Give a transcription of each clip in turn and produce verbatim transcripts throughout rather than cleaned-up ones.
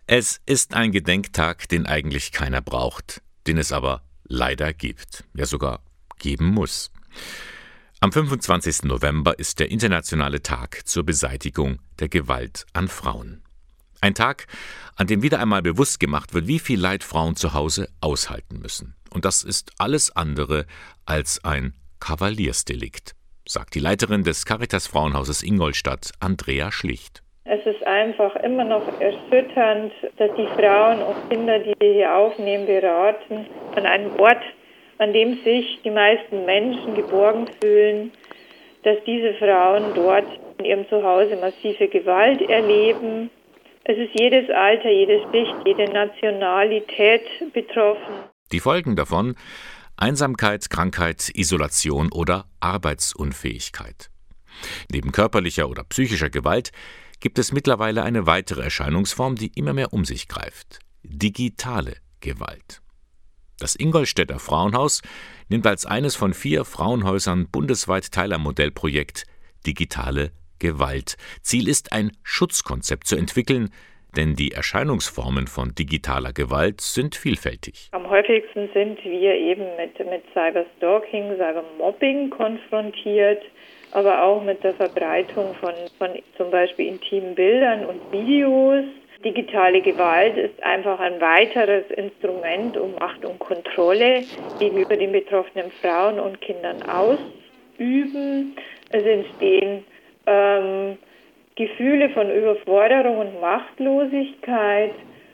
Es ist ein Gedenktag, den eigentlich keiner braucht, den es aber leider gibt, ja sogar geben muss. Am fünfundzwanzigsten November ist der internationale Tag zur Beseitigung der Gewalt an Frauen. Ein Tag, an dem wieder einmal bewusst gemacht wird, wie viel Leid Frauen zu Hause aushalten müssen. Und das ist alles andere als ein Kavaliersdelikt, sagt die Leiterin des Caritas-Frauenhauses Ingolstadt, Andrea Schlicht. Es ist einfach immer noch erschütternd, dass die Frauen und Kinder, die wir hier aufnehmen, beraten, an einem Ort, an dem sich die meisten Menschen geborgen fühlen, dass diese Frauen dort in ihrem Zuhause massive Gewalt erleben. Es ist jedes Alter, jede Schicht, jede Nationalität betroffen. Die Folgen davon: Einsamkeit, Krankheit, Isolation oder Arbeitsunfähigkeit. Neben körperlicher oder psychischer Gewalt gibt es mittlerweile eine weitere Erscheinungsform, die immer mehr um sich greift: digitale Gewalt. Das Ingolstädter Frauenhaus nimmt als eines von vier Frauenhäusern bundesweit teil am Modellprojekt Digitale Gewalt. Ziel ist, ein Schutzkonzept zu entwickeln, denn die Erscheinungsformen von digitaler Gewalt sind vielfältig. Am häufigsten sind wir eben mit, mit Cyberstalking, Cybermobbing konfrontiert, aber auch mit der Verbreitung von, von zum Beispiel intimen Bildern und Videos. Digitale Gewalt ist einfach ein weiteres Instrument, um Macht und Kontrolle gegenüber den betroffenen Frauen und Kindern auszuüben. Es entstehen ähm, Gefühle von Überforderung und Machtlosigkeit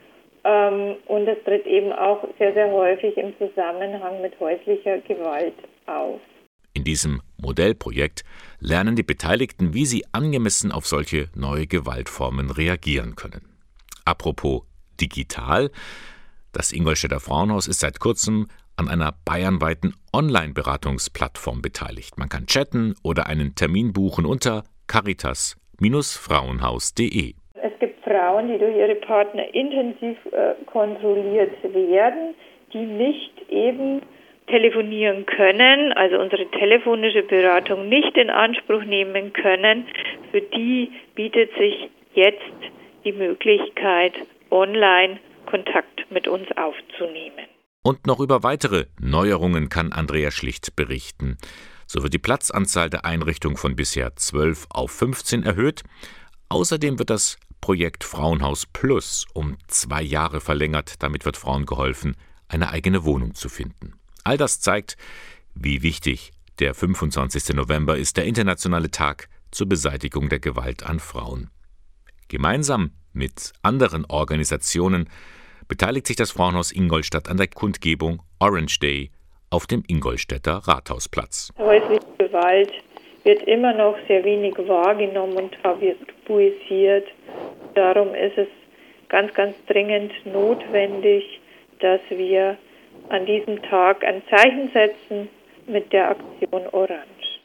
ähm, und es tritt eben auch sehr, sehr häufig im Zusammenhang mit häuslicher Gewalt auf. In diesem Modellprojekt lernen die Beteiligten, wie sie angemessen auf solche neue Gewaltformen reagieren können. Apropos digital: Das Ingolstädter Frauenhaus ist seit kurzem an einer bayernweiten Online-Beratungsplattform beteiligt. Man kann chatten oder einen Termin buchen unter caritas Frauenhaus punkt de. Es gibt Frauen, die durch ihre Partner intensiv äh, kontrolliert werden, die nicht eben telefonieren können, also unsere telefonische Beratung nicht in Anspruch nehmen können. Für die bietet sich jetzt die Möglichkeit, online Kontakt mit uns aufzunehmen. Und noch über weitere Neuerungen kann Andrea Schlicht berichten. So wird die Platzanzahl der Einrichtung von bisher zwölf auf fünfzehn erhöht. Außerdem wird das Projekt Frauenhaus Plus um zwei Jahre verlängert. Damit wird Frauen geholfen, eine eigene Wohnung zu finden. All das zeigt, wie wichtig der fünfundzwanzigste November ist, der internationale Tag zur Beseitigung der Gewalt an Frauen. Gemeinsam mit anderen Organisationen beteiligt sich das Frauenhaus Ingolstadt an der Kundgebung Orange Day auf dem Ingolstädter Rathausplatz. Häusliche Gewalt wird immer noch sehr wenig wahrgenommen und tabuisiert. Darum ist es ganz, ganz dringend notwendig, dass wir an diesem Tag ein Zeichen setzen mit der Aktion Orange.